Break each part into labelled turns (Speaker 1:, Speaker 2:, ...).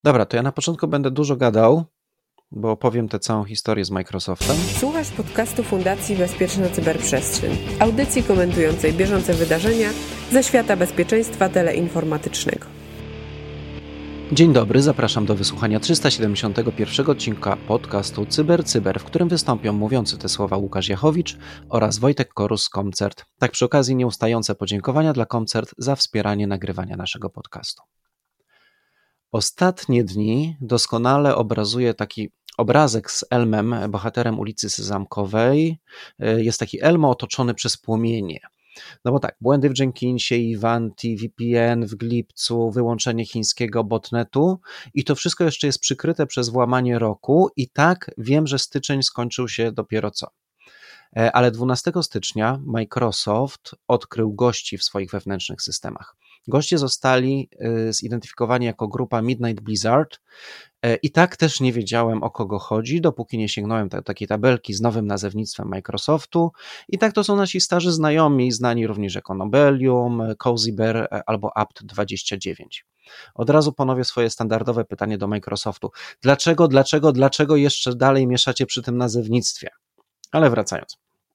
Speaker 1: Dobra, to ja na początku będę dużo gadał, bo opowiem tę całą historię z Microsoftem.
Speaker 2: Słuchasz podcastu Fundacji Bezpieczna Cyberprzestrzeń, audycji komentującej bieżące wydarzenia ze świata bezpieczeństwa teleinformatycznego.
Speaker 1: Dzień dobry, zapraszam do wysłuchania 371 odcinka podcastu Cyber, w którym wystąpią mówiący te słowa Łukasz Jachowicz oraz Wojtek Korus z Comcert. Tak przy okazji nieustające podziękowania dla Comcert za wspieranie nagrywania naszego podcastu. Ostatnie dni doskonale obrazuje taki obrazek z Elmem, bohaterem ulicy Sezamkowej. Jest taki Elmo otoczony przez płomienie. No bo tak, błędy w Jenkinsie, Ivanti, VPN w Glipcu, wyłączenie chińskiego botnetu i to wszystko jeszcze jest przykryte przez włamanie roku i tak wiem, że styczeń skończył się dopiero co. Ale 12 stycznia Microsoft odkrył gości w swoich wewnętrznych systemach. Goście zostali zidentyfikowani jako grupa Midnight Blizzard i tak też nie wiedziałem, o kogo chodzi, dopóki nie sięgnąłem takiej tabelki z nowym nazewnictwem Microsoftu i tak to są nasi starzy znajomi, znani również jako Nobelium, Cozy Bear albo apt29. Od razu ponowię swoje standardowe pytanie do Microsoftu. Dlaczego jeszcze dalej mieszacie przy tym nazewnictwie? Ale wracając.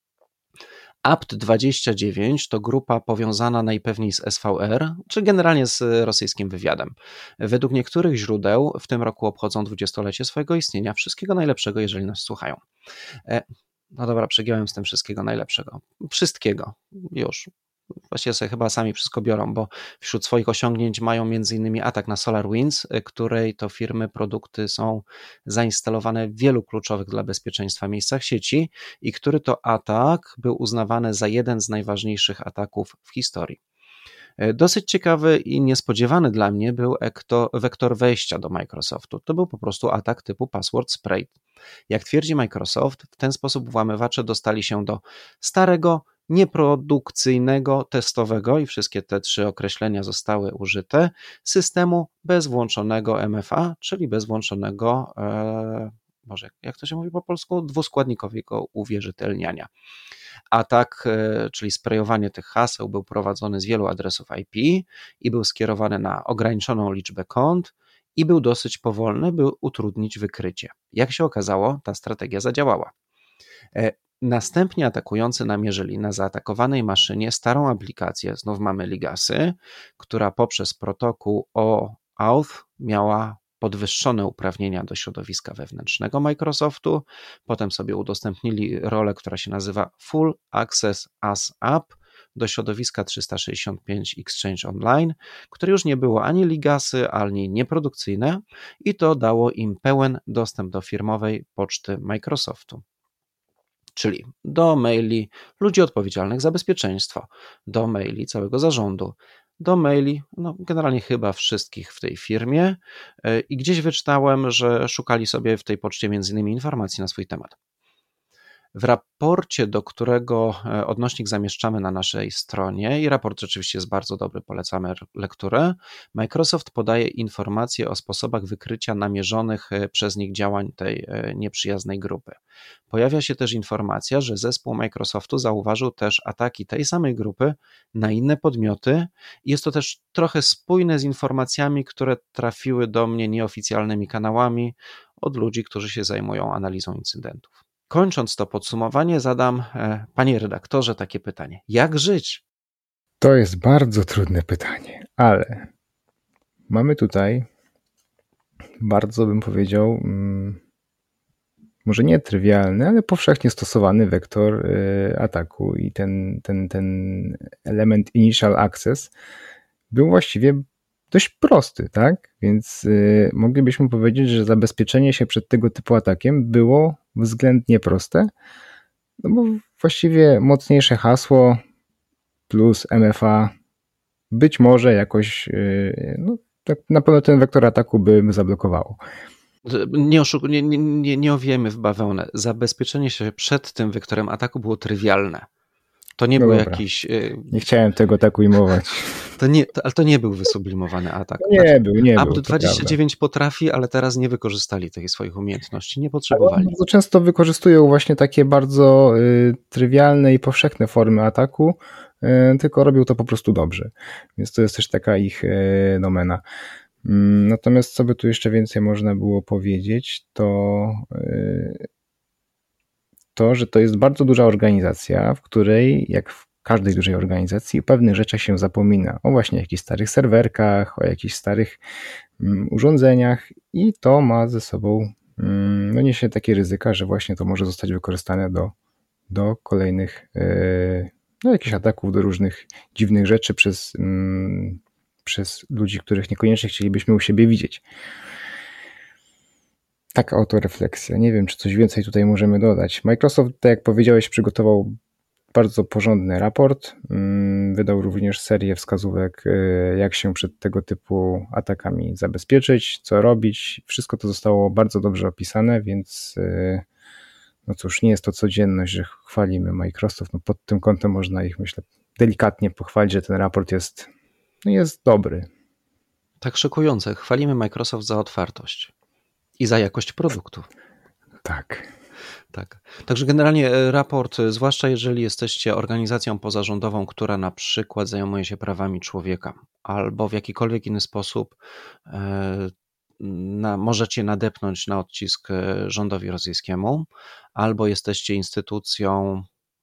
Speaker 1: apt29 to grupa powiązana najpewniej z SVR, czy generalnie z rosyjskim wywiadem. Według niektórych źródeł w tym roku obchodzą 20-lecie swojego istnienia. Wszystkiego najlepszego, jeżeli nas słuchają. No dobra, przegiąłem z tym wszystkiego najlepszego. Wszystkiego. Już. Właściwie sobie chyba sami wszystko biorą, bo wśród swoich osiągnięć mają m.in. atak na SolarWinds, której to firmy produkty są zainstalowane w wielu kluczowych dla bezpieczeństwa miejscach sieci i który to atak był uznawany za jeden z najważniejszych ataków w historii. Dosyć ciekawy i niespodziewany dla mnie był wektor wejścia do Microsoftu. To był po prostu atak typu password spray. Jak twierdzi Microsoft, w ten sposób włamywacze dostali się do starego, nieprodukcyjnego, testowego i wszystkie te trzy określenia zostały użyte, systemu bez włączonego MFA, czyli bez włączonego, jak to się mówi po polsku, dwuskładnikowego uwierzytelniania. Atak, czyli sprejowanie tych haseł, był prowadzony z wielu adresów IP i był skierowany na ograniczoną liczbę kont i był dosyć powolny, by utrudnić wykrycie. Jak się okazało, ta strategia zadziałała. Następnie atakujący namierzyli na zaatakowanej maszynie starą aplikację, znów mamy Legacy, która poprzez protokół OAuth miała podwyższone uprawnienia do środowiska wewnętrznego Microsoftu, potem sobie udostępnili rolę, która się nazywa Full Access as App do środowiska 365 Exchange Online, które już nie było ani Legacy, ani nieprodukcyjne i to dało im pełen dostęp do firmowej poczty Microsoftu. Czyli do maili ludzi odpowiedzialnych za bezpieczeństwo, do maili całego zarządu, do maili, generalnie chyba wszystkich w tej firmie i gdzieś wyczytałem, że szukali sobie w tej poczcie m.in. informacji na swój temat. W raporcie, do którego odnośnik zamieszczamy na naszej stronie i raport rzeczywiście jest bardzo dobry, polecamy lekturę, Microsoft podaje informacje o sposobach wykrycia namierzonych przez nich działań tej nieprzyjaznej grupy. Pojawia się też informacja, że zespół Microsoftu zauważył też ataki tej samej grupy na inne podmioty i jest to też trochę spójne z informacjami, które trafiły do mnie nieoficjalnymi kanałami od ludzi, którzy się zajmują analizą incydentów. Kończąc to podsumowanie, zadam, panie redaktorze, takie pytanie. Jak żyć?
Speaker 3: To jest bardzo trudne pytanie, ale mamy tutaj bardzo, bym powiedział, może nie trywialny, ale powszechnie stosowany wektor ataku i ten element initial access był właściwie dość prosty, tak? Więc moglibyśmy powiedzieć, że zabezpieczenie się przed tego typu atakiem było względnie proste, no bo właściwie mocniejsze hasło plus MFA być może jakoś, tak na pewno ten wektor ataku by zablokowało.
Speaker 1: Nie owijajmy w bawełnę. Zabezpieczenie się przed tym wektorem ataku było trywialne. To nie był jakiś...
Speaker 3: Nie chciałem tego tak ujmować.
Speaker 1: Ale to nie był wysublimowany atak.
Speaker 3: Nie był.
Speaker 1: apt29 potrafi, ale teraz nie wykorzystali tych swoich umiejętności, nie potrzebowali.
Speaker 3: Bardzo często wykorzystują właśnie takie bardzo trywialne i powszechne formy ataku, tylko robią to po prostu dobrze. Więc to jest też taka ich domena. Natomiast co by tu jeszcze więcej można było powiedzieć, to, że to jest bardzo duża organizacja, w której, jak w każdej dużej organizacji, o pewnych rzeczach się zapomina. O właśnie jakichś starych serwerkach, o jakichś starych urządzeniach i to ma ze sobą, niesie takie ryzyka, że właśnie to może zostać wykorzystane do kolejnych jakichś ataków, do różnych dziwnych rzeczy przez ludzi, których niekoniecznie chcielibyśmy u siebie widzieć. Taka autorefleksja. Nie wiem, czy coś więcej tutaj możemy dodać. Microsoft, tak jak powiedziałeś, przygotował bardzo porządny raport. Wydał również serię wskazówek, jak się przed tego typu atakami zabezpieczyć, co robić. Wszystko to zostało bardzo dobrze opisane, więc no cóż, nie jest to codzienność, że chwalimy Microsoft. No pod tym kątem można ich, myślę, delikatnie pochwalić, że ten raport jest dobry.
Speaker 1: Tak szokujące. Chwalimy Microsoft za otwartość i za jakość produktów.
Speaker 3: Tak.
Speaker 1: Także generalnie raport, zwłaszcza jeżeli jesteście organizacją pozarządową, która na przykład zajmuje się prawami człowieka albo w jakikolwiek inny sposób możecie nadepnąć na odcisk rządowi rosyjskiemu, albo jesteście instytucją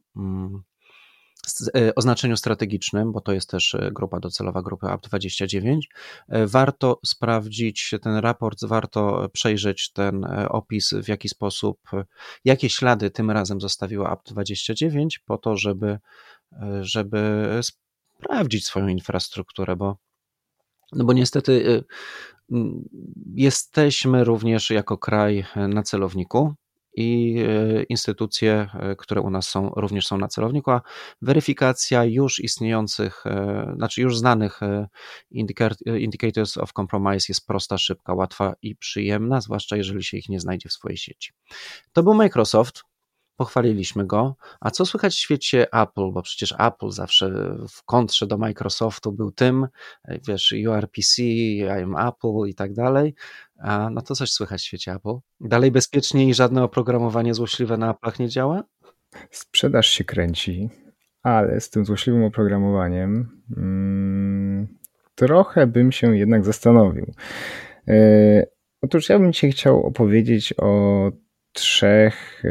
Speaker 1: o znaczeniu strategicznym, bo to jest też grupa docelowa grupy UP29, warto sprawdzić ten raport, warto przejrzeć ten opis, w jaki sposób, jakie ślady tym razem zostawiła UP29 po to, żeby sprawdzić swoją infrastrukturę, bo niestety jesteśmy również jako kraj na celowniku i instytucje, które u nas są, również są na celowniku, a weryfikacja już istniejących, znaczy już znanych indicators of compromise jest prosta, szybka, łatwa i przyjemna, zwłaszcza jeżeli się ich nie znajdzie w swojej sieci. To był Microsoft. Pochwaliliśmy go. A co słychać w świecie Apple? Bo przecież Apple zawsze w kontrze do Microsoftu był tym, wiesz, URPC, I am Apple i tak dalej. No to coś słychać w świecie Apple? Dalej bezpiecznie i żadne oprogramowanie złośliwe na Apple'ach nie działa?
Speaker 3: Sprzedaż się kręci, ale z tym złośliwym oprogramowaniem trochę bym się jednak zastanowił. Otóż ja bym dzisiaj chciał opowiedzieć o trzech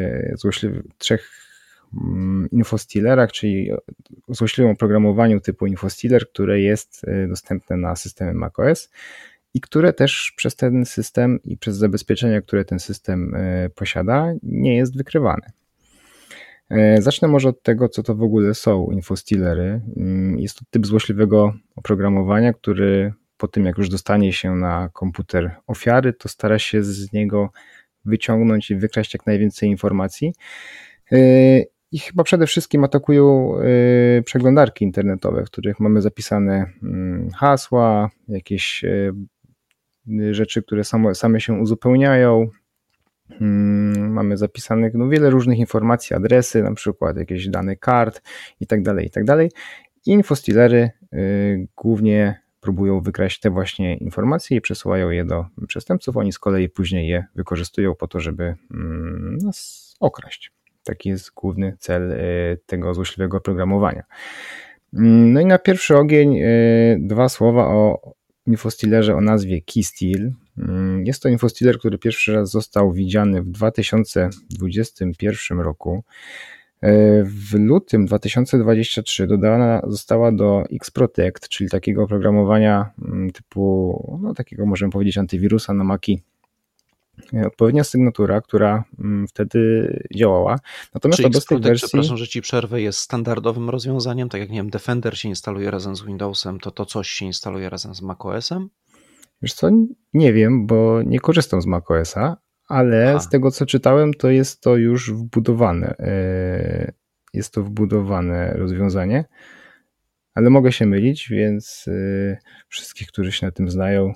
Speaker 3: infostealerach, czyli o złośliwym oprogramowaniu typu infostealer, które jest dostępne na systemie macOS i które też przez ten system i przez zabezpieczenia, które ten system posiada, nie jest wykrywane. Zacznę może od tego, co to w ogóle są infostealery. Jest to typ złośliwego oprogramowania, który po tym, jak już dostanie się na komputer ofiary, to stara się z niego wyciągnąć i wykraść jak najwięcej informacji. I chyba przede wszystkim atakują przeglądarki internetowe, w których mamy zapisane hasła, jakieś rzeczy, które same się uzupełniają. Mamy zapisanych wiele różnych informacji, adresy, na przykład jakieś dane kart i tak dalej. I infostealery głównie próbują wykraść te właśnie informacje i przesyłają je do przestępców. Oni z kolei później je wykorzystują po to, żeby nas okraść. Taki jest główny cel tego złośliwego oprogramowania. No i na pierwszy ogień dwa słowa o infostealerze o nazwie KeySteal. Jest to infostealer, który pierwszy raz został widziany w 2021 roku. W lutym 2023 dodana została do Xprotect, czyli takiego oprogramowania typu, takiego możemy powiedzieć antywirusa na Maci, odpowiednia sygnatura, która wtedy działała. Natomiast
Speaker 1: Czyli
Speaker 3: obecnej wersji...
Speaker 1: Przepraszam, że ci przerwę, jest standardowym rozwiązaniem, tak jak nie wiem, Defender się instaluje razem z Windowsem, to coś się instaluje razem z macOS-em?
Speaker 3: Wiesz co, nie wiem, bo nie korzystam z macOS-a, ale z tego co czytałem, to jest to już wbudowane. Jest to wbudowane rozwiązanie, ale mogę się mylić, więc wszystkich, którzy się na tym znają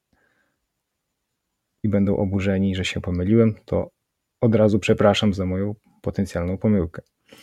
Speaker 3: i będą oburzeni, że się pomyliłem, to od razu przepraszam za moją potencjalną pomyłkę.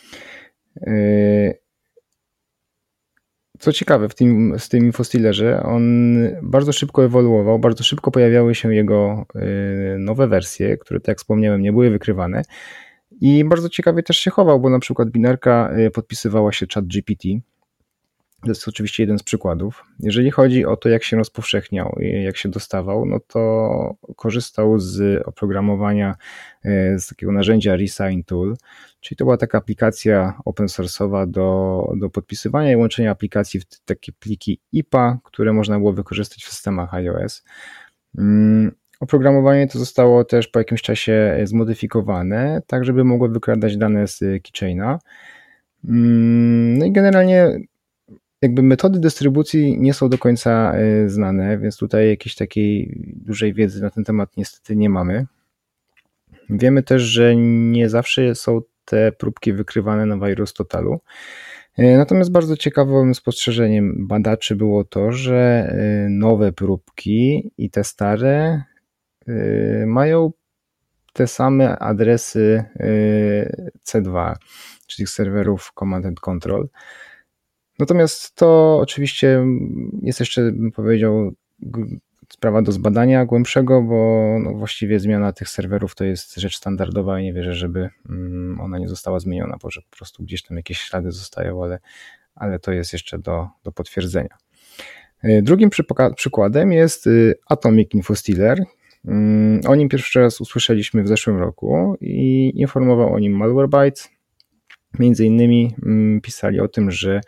Speaker 3: Co ciekawe, w tym infostealerze on bardzo szybko ewoluował, bardzo szybko pojawiały się jego nowe wersje, które, tak jak wspomniałem, nie były wykrywane i bardzo ciekawie też się chował, bo na przykład binarka podpisywała się ChatGPT To jest oczywiście jeden z przykładów. Jeżeli chodzi o to, jak się rozpowszechniał i jak się dostawał, no to korzystał z oprogramowania z takiego narzędzia Resign Tool, czyli to była taka aplikacja open source'owa do podpisywania i łączenia aplikacji w takie pliki IPA, które można było wykorzystać w systemach iOS. Oprogramowanie to zostało też po jakimś czasie zmodyfikowane, tak żeby mogło wykradać dane z keychaina. No i generalnie jakby metody dystrybucji nie są do końca znane, więc tutaj jakiejś takiej dużej wiedzy na ten temat niestety nie mamy. Wiemy też, że nie zawsze są te próbki wykrywane na VirusTotalu. Natomiast bardzo ciekawym spostrzeżeniem badaczy było to, że nowe próbki i te stare mają te same adresy C2, czyli serwerów Command and Control. Natomiast to oczywiście jest jeszcze, bym powiedział, sprawa do zbadania głębszego, bo no właściwie zmiana tych serwerów to jest rzecz standardowa i nie wierzę, żeby ona nie została zmieniona, bo że po prostu gdzieś tam jakieś ślady zostają, ale to jest jeszcze do potwierdzenia. Drugim przykładem jest Atomic Infostealer. O nim pierwszy raz usłyszeliśmy w zeszłym roku i informował o nim Malwarebytes. Między innymi pisali o tym, że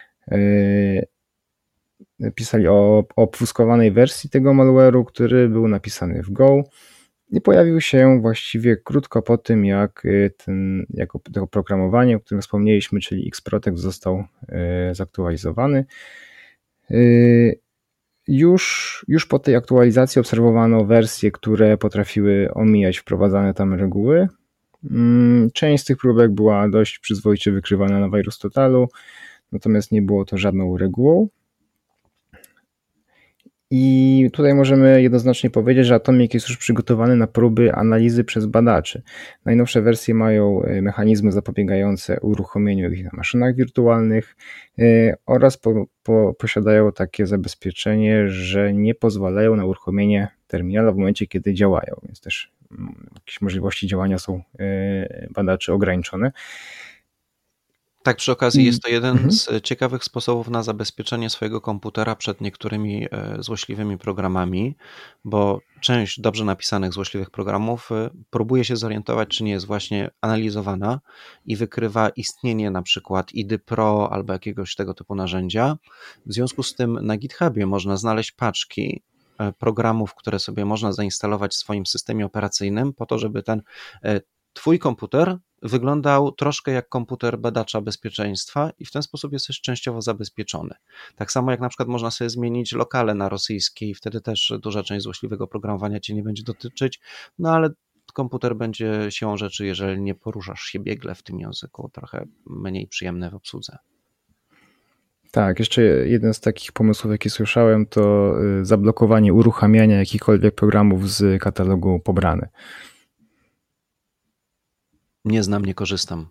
Speaker 3: pisali o obfuskowanej wersji tego malware'u, który był napisany w Go i pojawił się właściwie krótko po tym, jak to oprogramowanie, o którym wspomnieliśmy, czyli Xprotect został zaktualizowany. Już po tej aktualizacji obserwowano wersje, które potrafiły omijać wprowadzane tam reguły. Część z tych próbek była dość przyzwoicie wykrywana na VirusTotalu, natomiast nie było to żadną regułą. I tutaj możemy jednoznacznie powiedzieć, że Atomic jest już przygotowany na próby analizy przez badaczy. Najnowsze wersje mają mechanizmy zapobiegające uruchomieniu ich na maszynach wirtualnych oraz posiadają takie zabezpieczenie, że nie pozwalają na uruchomienie terminala w momencie, kiedy działają, więc też jakieś możliwości działania są badaczy ograniczone.
Speaker 1: Tak, przy okazji jest to jeden z ciekawych sposobów na zabezpieczenie swojego komputera przed niektórymi złośliwymi programami, bo część dobrze napisanych złośliwych programów próbuje się zorientować, czy nie jest właśnie analizowana i wykrywa istnienie na przykład IDY Pro albo jakiegoś tego typu narzędzia. W związku z tym na GitHubie można znaleźć paczki programów, które sobie można zainstalować w swoim systemie operacyjnym po to, żeby ten twój komputer wyglądał troszkę jak komputer badacza bezpieczeństwa i w ten sposób jesteś częściowo zabezpieczony. Tak samo jak na przykład można sobie zmienić lokale na rosyjskie i wtedy też duża część złośliwego oprogramowania cię nie będzie dotyczyć, no ale komputer będzie siłą rzeczy, jeżeli nie poruszasz się biegle w tym języku, trochę mniej przyjemny w obsłudze.
Speaker 3: Tak, jeszcze jeden z takich pomysłów, jaki słyszałem, to zablokowanie uruchamiania jakichkolwiek programów z katalogu pobrany.
Speaker 1: Nie znam, nie korzystam.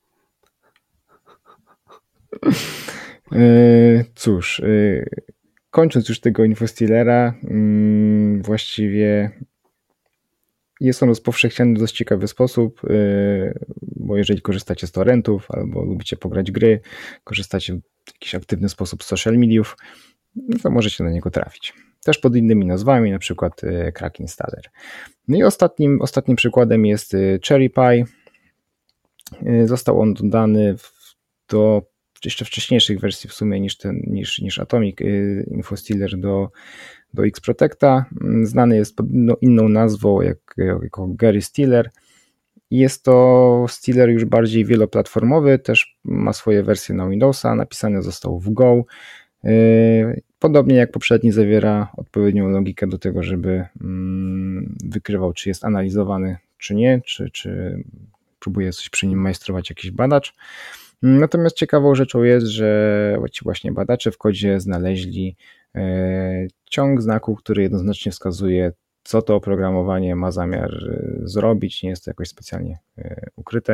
Speaker 3: Cóż, kończąc już tego Infostealera, właściwie jest on rozpowszechniany w dość ciekawy sposób, bo jeżeli korzystacie z torrentów albo lubicie pograć gry, korzystacie w jakiś aktywny sposób z social mediów, no to możecie na niego trafić. Też pod innymi nazwami, na przykład Crack Installer. No i ostatnim przykładem jest CherryPie. Został on dodany do jeszcze wcześniejszych wersji w sumie niż Atomic Infostealer do Xprotecta. Znany jest pod inną nazwą jako Gary Stealer. Jest to stealer już bardziej wieloplatformowy, też ma swoje wersje na Windowsa, napisany został w Go. Podobnie jak poprzedni zawiera odpowiednią logikę do tego, żeby wykrywał, czy jest analizowany, czy nie, czy próbuje coś przy nim majstrować jakiś badacz. Natomiast ciekawą rzeczą jest, że właśnie badacze w kodzie znaleźli ciąg znaków, który jednoznacznie wskazuje, co to oprogramowanie ma zamiar zrobić. Nie jest to jakoś specjalnie ukryte,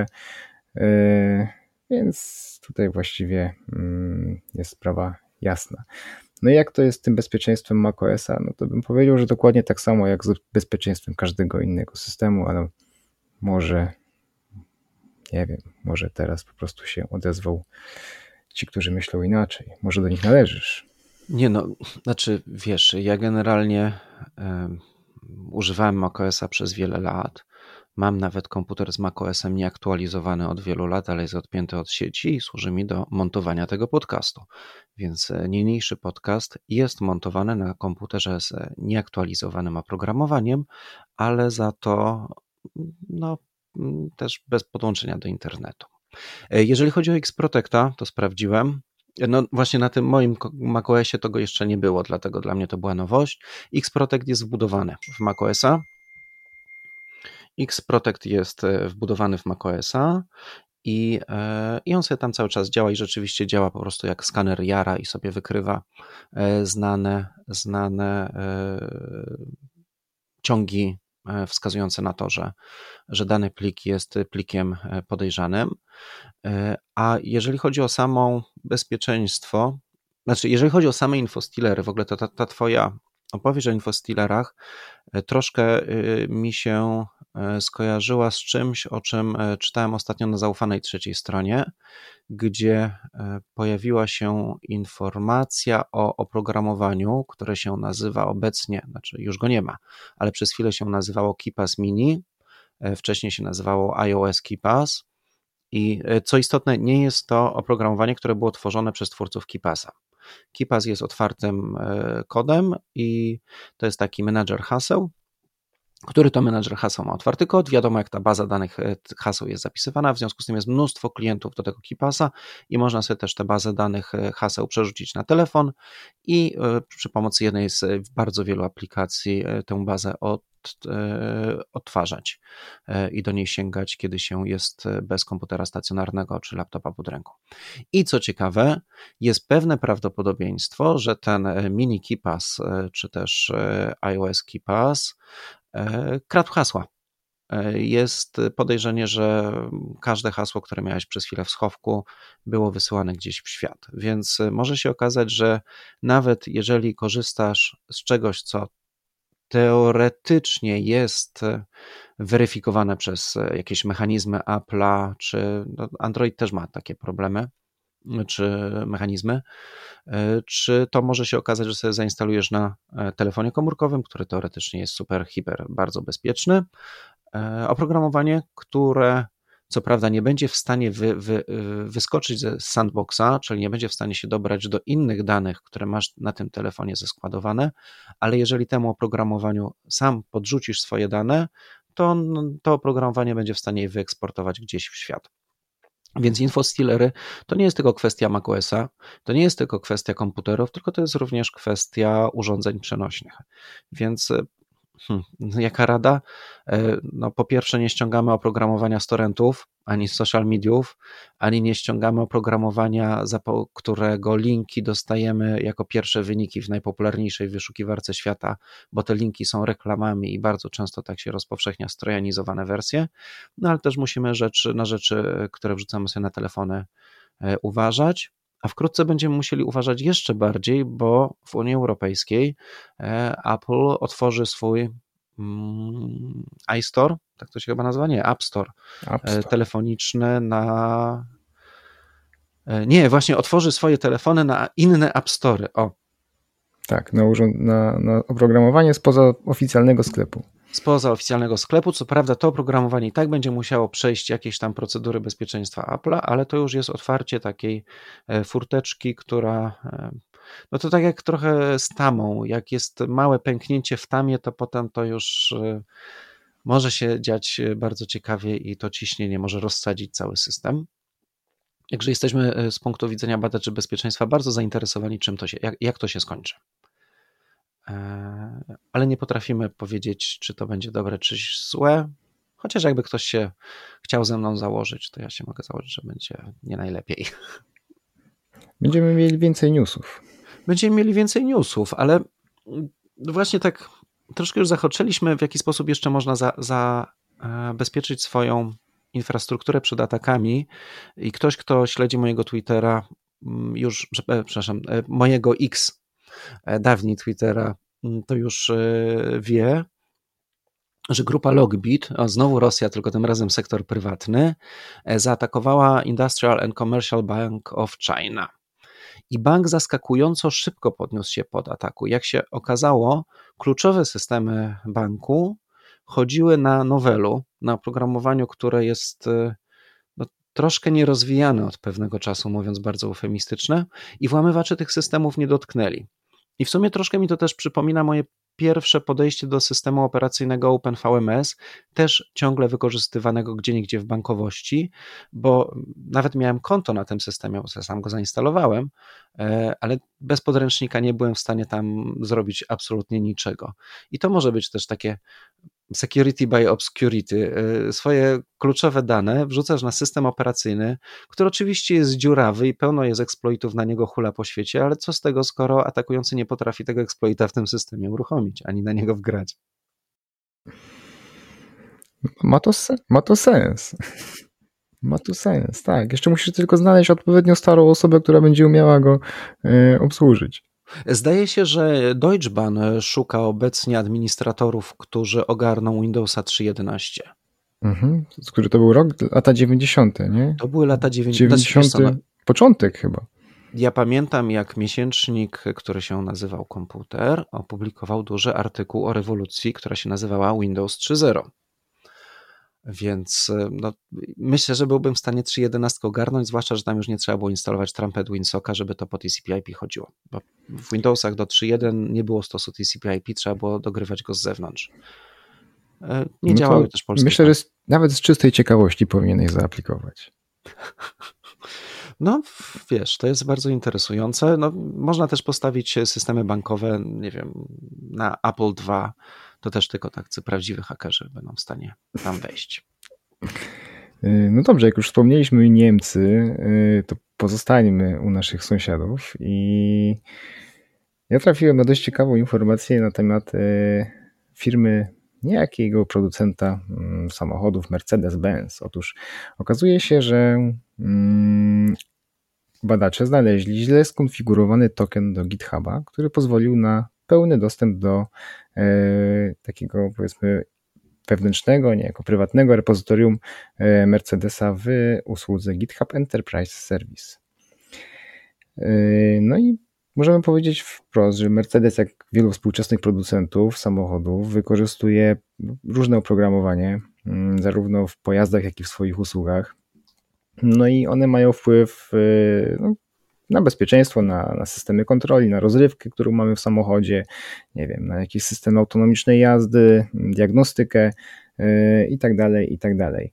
Speaker 3: więc tutaj właściwie jest sprawa jasna. No i jak to jest z tym bezpieczeństwem macOSa? No to bym powiedział, że dokładnie tak samo jak z bezpieczeństwem każdego innego systemu, ale może, nie wiem, może teraz po prostu się odezwał ci, którzy myślą inaczej. Może do nich należysz.
Speaker 1: Nie no, znaczy wiesz, ja generalnie używałem macOSa przez wiele lat. Mam nawet komputer z macOSem nieaktualizowany od wielu lat, ale jest odpięty od sieci i służy mi do montowania tego podcastu. Więc niniejszy podcast jest montowany na komputerze z nieaktualizowanym oprogramowaniem, ale za to no, też bez podłączenia do internetu. Jeżeli chodzi o X-Protecta, to sprawdziłem. No właśnie na tym moim macOSie to go jeszcze nie było, dlatego dla mnie to była nowość. X-Protect jest wbudowany w macOSa. X-Protect jest wbudowany w macOSa i on sobie tam cały czas działa i rzeczywiście działa po prostu jak skaner Yara i sobie wykrywa znane ciągi wskazujące na to, że dany plik jest plikiem podejrzanym. A jeżeli chodzi o samo bezpieczeństwo, znaczy jeżeli chodzi o same infostealery, w ogóle to ta twoja opowieść o infostealerach troszkę mi się skojarzyła z czymś, o czym czytałem ostatnio na zaufanej trzeciej stronie, gdzie pojawiła się informacja o oprogramowaniu, które się nazywa obecnie, znaczy już go nie ma, ale przez chwilę się nazywało KeePass Mini, wcześniej się nazywało iOS KeePass i co istotne, nie jest to oprogramowanie, które było tworzone przez twórców KeePassa. KeePass jest otwartym kodem i to jest taki menadżer haseł, który to menadżer haseł ma otwarty kod, wiadomo jak ta baza danych haseł jest zapisywana, w związku z tym jest mnóstwo klientów do tego KeePassa i można sobie też tę bazę danych haseł przerzucić na telefon i przy pomocy jednej z bardzo wielu aplikacji tę bazę odtwarzać i do niej sięgać, kiedy się jest bez komputera stacjonarnego czy laptopa pod ręką. I co ciekawe, jest pewne prawdopodobieństwo, że ten mini KeePass czy też iOS KeePass kradł hasła. Jest podejrzenie, że każde hasło, które miałeś przez chwilę w schowku, było wysyłane gdzieś w świat. Więc może się okazać, że nawet jeżeli korzystasz z czegoś, co teoretycznie jest weryfikowane przez jakieś mechanizmy Apple'a, czy Android też ma takie problemy, czy mechanizmy, czy to może się okazać, że sobie zainstalujesz na telefonie komórkowym, który teoretycznie jest super, hiper, bardzo bezpieczny, oprogramowanie, które co prawda nie będzie w stanie wyskoczyć ze sandboxa, czyli nie będzie w stanie się dobrać do innych danych, które masz na tym telefonie zeskładowane, ale jeżeli temu oprogramowaniu sam podrzucisz swoje dane, to oprogramowanie będzie w stanie je wyeksportować gdzieś w świat. Więc infostealery to nie jest tylko kwestia macOSa, to nie jest tylko kwestia komputerów, tylko to jest również kwestia urządzeń przenośnych. Więc jaka rada? No, po pierwsze nie ściągamy oprogramowania z torrentów, ani z social mediów, ani nie ściągamy oprogramowania, za którego linki dostajemy jako pierwsze wyniki w najpopularniejszej wyszukiwarce świata, bo te linki są reklamami i bardzo często tak się rozpowszechnia strojanizowane wersje, no ale też musimy na rzeczy, które wrzucamy sobie na telefony, uważać. A wkrótce będziemy musieli uważać jeszcze bardziej, bo w Unii Europejskiej Apple otworzy swój iStore, tak to się chyba nazywa? Nie, App Store. Telefoniczny właśnie otworzy swoje telefony na inne App Story. O.
Speaker 3: Tak, na oprogramowanie spoza oficjalnego sklepu.
Speaker 1: Spoza oficjalnego sklepu, co prawda to oprogramowanie i tak będzie musiało przejść jakieś tam procedury bezpieczeństwa Apple'a, ale to już jest otwarcie takiej furteczki, która, no to tak jak trochę z tamą, jak jest małe pęknięcie w tamie, to potem to już może się dziać bardzo ciekawie i to ciśnienie może rozsadzić cały system. Także jesteśmy z punktu widzenia badaczy bezpieczeństwa bardzo zainteresowani, jak to się skończy. Ale nie potrafimy powiedzieć, czy to będzie dobre, czy złe. Chociaż jakby ktoś się chciał ze mną założyć, to ja się mogę założyć, że będzie nie najlepiej.
Speaker 3: Będziemy mieli więcej newsów.
Speaker 1: Będziemy mieli więcej newsów, ale właśnie tak troszkę już zahaczyliśmy, w jaki sposób jeszcze można zabezpieczyć swoją infrastrukturę przed atakami i ktoś, kto śledzi mojego Twittera mojego X, dawniej Twittera, to już wie, że grupa Logbit, a znowu Rosja, tylko tym razem sektor prywatny, zaatakowała Industrial and Commercial Bank of China. I bank zaskakująco szybko podniósł się pod ataku. Jak się okazało, kluczowe systemy banku chodziły na Novelu, na oprogramowaniu, które jest troszkę nierozwijane od pewnego czasu, mówiąc bardzo eufemistyczne, i włamywacze tych systemów nie dotknęli. I w sumie troszkę mi to też przypomina moje pierwsze podejście do systemu operacyjnego OpenVMS, też ciągle wykorzystywanego gdzieniegdzie w bankowości, bo nawet miałem konto na tym systemie, bo sam go zainstalowałem, ale bez podręcznika nie byłem w stanie tam zrobić absolutnie niczego. I to może być też takie security by obscurity. Swoje kluczowe dane wrzucasz na system operacyjny, który oczywiście jest dziurawy i pełno jest eksploitów na niego hula po świecie, ale co z tego, skoro atakujący nie potrafi tego eksploita w tym systemie uruchomić, ani na niego wgrać?
Speaker 3: Ma to sens. Ma to sens, tak. Jeszcze musisz tylko znaleźć odpowiednio starą osobę, która będzie umiała go obsłużyć.
Speaker 1: Zdaje się, że Deutsche Bahn szuka obecnie administratorów, którzy ogarną Windowsa 3.11.
Speaker 3: Który to był rok? Lata 90., nie?
Speaker 1: To były lata 90.
Speaker 3: Początek chyba.
Speaker 1: Ja pamiętam, jak miesięcznik, który się nazywał Komputer, opublikował duży artykuł o rewolucji, która się nazywała Windows 3.0. Więc myślę, że byłbym w stanie 3.11 ogarnąć, zwłaszcza, że tam już nie trzeba było instalować Trumpet WinSocka, żeby to po TCP/IP chodziło. Bo w Windowsach do 3.1 nie było stosu TCP/IP, trzeba było dogrywać go z zewnątrz. Nie działały też polskie.
Speaker 3: Myślę, że nawet z czystej ciekawości powinieneś zaaplikować.
Speaker 1: No wiesz, to jest bardzo interesujące. Można też postawić systemy bankowe, nie wiem, na Apple II. To też tylko tacy prawdziwi hakerzy będą w stanie tam wejść.
Speaker 3: No dobrze, jak już wspomnieliśmy Niemcy, to pozostańmy u naszych sąsiadów i ja trafiłem na dość ciekawą informację na temat firmy niejakiego producenta samochodów Mercedes-Benz. Otóż okazuje się, że badacze znaleźli źle skonfigurowany token do GitHuba, który pozwolił na pełny dostęp do takiego, powiedzmy, wewnętrznego, niejako prywatnego repozytorium Mercedesa w usłudze GitHub Enterprise Service. No i możemy powiedzieć wprost, że Mercedes, jak wielu współczesnych producentów samochodów, wykorzystuje różne oprogramowanie, zarówno w pojazdach, jak i w swoich usługach. No i one mają wpływ na bezpieczeństwo, na systemy kontroli, na rozrywkę, którą mamy w samochodzie, nie wiem, na jakiś system autonomicznej jazdy, diagnostykę i tak dalej.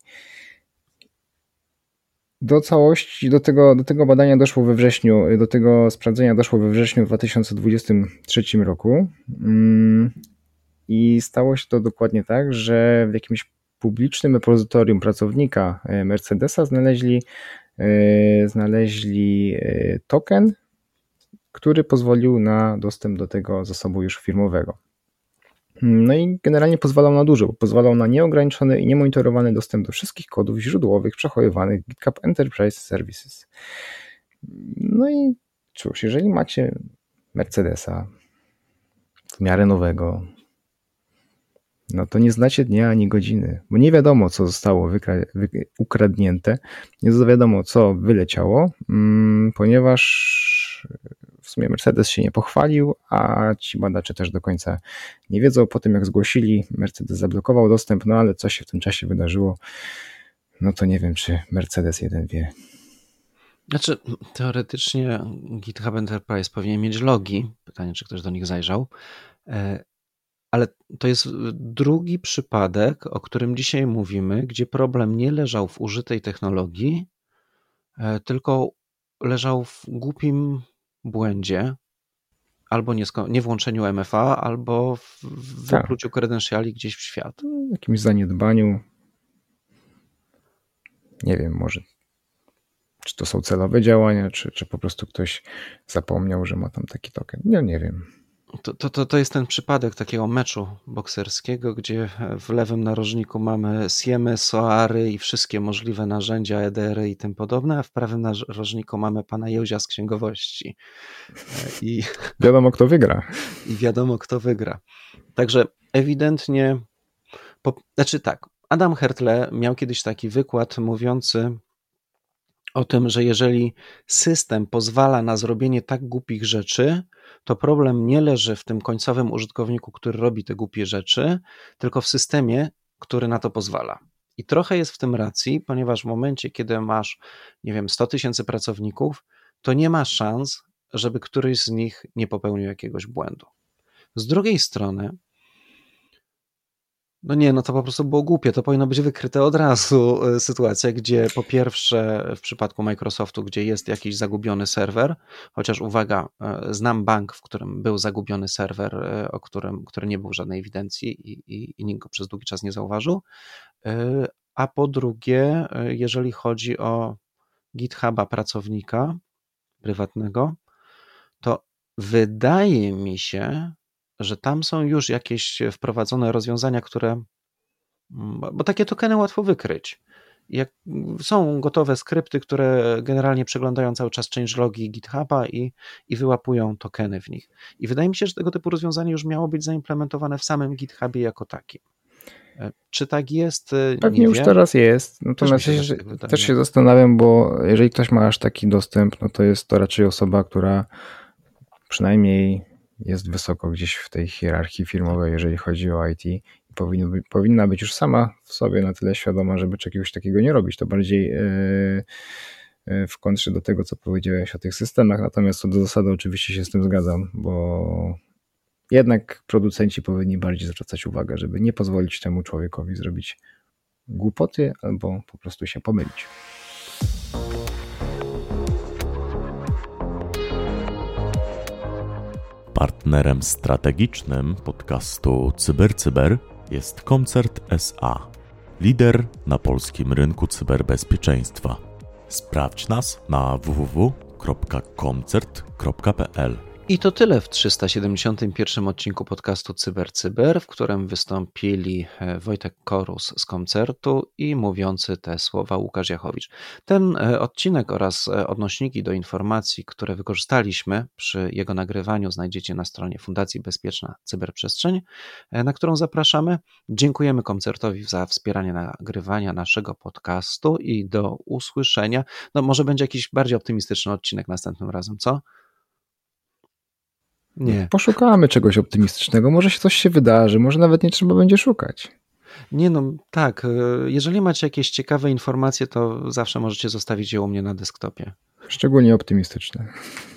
Speaker 3: Do całości, do tego badania doszło we wrześniu, do tego sprawdzenia doszło we wrześniu 2023 roku i stało się to dokładnie tak, że w jakimś publicznym repozytorium pracownika Mercedesa znaleźli token, który pozwolił na dostęp do tego zasobu już firmowego. No i generalnie pozwalał na dużo, pozwalał na nieograniczony i niemonitorowany dostęp do wszystkich kodów źródłowych przechowywanych w GitHub Enterprise Services. No i cóż, jeżeli macie Mercedesa w miarę nowego, no to nie znacie dnia ani godziny, bo nie wiadomo, co zostało ukradnięte, nie wiadomo, co wyleciało, ponieważ w sumie Mercedes się nie pochwalił, a ci badacze też do końca nie wiedzą. Po tym, jak zgłosili, Mercedes zablokował dostęp, no ale co się w tym czasie wydarzyło, no to nie wiem, czy Mercedes jeden wie.
Speaker 1: Znaczy, teoretycznie GitHub Enterprise powinien mieć logi. Pytanie, czy ktoś do nich zajrzał. Ale to jest drugi przypadek, o którym dzisiaj mówimy, gdzie problem nie leżał w użytej technologii, tylko leżał w głupim błędzie, albo nie włączeniu MFA, albo w wypluciu kredensiali gdzieś w świat.
Speaker 3: W jakimś zaniedbaniu. Nie wiem, może czy to są celowe działania, czy po prostu ktoś zapomniał, że ma tam taki token. Nie wiem.
Speaker 1: To jest ten przypadek takiego meczu bokserskiego, gdzie w lewym narożniku mamy siemy, soary i wszystkie możliwe narzędzia, EDR-y i tym podobne, a w prawym narożniku mamy pana Jełzia z księgowości. I
Speaker 3: wiadomo, kto wygra.
Speaker 1: I wiadomo, kto wygra. Także ewidentnie Znaczy tak, Adam Hertle miał kiedyś taki wykład mówiący o tym, że jeżeli system pozwala na zrobienie tak głupich rzeczy, to problem nie leży w tym końcowym użytkowniku, który robi te głupie rzeczy, tylko w systemie, który na to pozwala. I trochę jest w tym racji, ponieważ w momencie, kiedy masz, nie wiem, 100 000 pracowników, to nie ma szans, żeby któryś z nich nie popełnił jakiegoś błędu. Z drugiej strony, no to po prostu było głupie, to powinno być wykryte od razu. Sytuacja, gdzie po pierwsze w przypadku Microsoftu, gdzie jest jakiś zagubiony serwer, chociaż uwaga, znam bank, w którym był zagubiony serwer, który nie był w żadnej ewidencji i nikt go przez długi czas nie zauważył, a po drugie, jeżeli chodzi o GitHuba pracownika prywatnego, to wydaje mi się, że tam są już jakieś wprowadzone rozwiązania, bo takie tokeny łatwo wykryć. Są gotowe skrypty, które generalnie przeglądają cały czas changelogi GitHuba i wyłapują tokeny w nich. I wydaje mi się, że tego typu rozwiązanie już miało być zaimplementowane w samym GitHubie jako takim. Czy tak jest?
Speaker 3: Pewnie
Speaker 1: nie
Speaker 3: już
Speaker 1: wiem.
Speaker 3: teraz jest. Natomiast też się zastanawiam, bo jeżeli ktoś ma aż taki dostęp, no to jest to raczej osoba, która przynajmniej jest wysoko gdzieś w tej hierarchii firmowej, jeżeli chodzi o IT. Powinna być już sama w sobie na tyle świadoma, żeby czegoś takiego nie robić. To bardziej w kontrze do tego, co powiedziałeś o tych systemach. Natomiast co do zasady oczywiście się z tym zgadzam, bo jednak producenci powinni bardziej zwracać uwagę, żeby nie pozwolić temu człowiekowi zrobić głupoty albo po prostu się pomylić.
Speaker 4: Partnerem strategicznym podcastu CyberCyber jest Koncert SA, lider na polskim rynku cyberbezpieczeństwa. Sprawdź nas na www.koncert.pl.
Speaker 1: I to tyle w 371 odcinku podcastu CyberCyber, w którym wystąpili Wojtek Korus z Koncertu i mówiący te słowa Łukasz Jachowicz. Ten odcinek oraz odnośniki do informacji, które wykorzystaliśmy przy jego nagrywaniu, znajdziecie na stronie Fundacji Bezpieczna Cyberprzestrzeń, na którą zapraszamy. Dziękujemy Koncertowi za wspieranie nagrywania naszego podcastu i do usłyszenia. No może będzie jakiś bardziej optymistyczny odcinek następnym razem, co? Nie.
Speaker 3: Poszukamy czegoś optymistycznego, może coś się wydarzy, może nawet nie trzeba będzie szukać.
Speaker 1: Nie no, tak, jeżeli macie jakieś ciekawe informacje, to zawsze możecie zostawić je u mnie na desktopie.
Speaker 3: Szczególnie optymistyczne.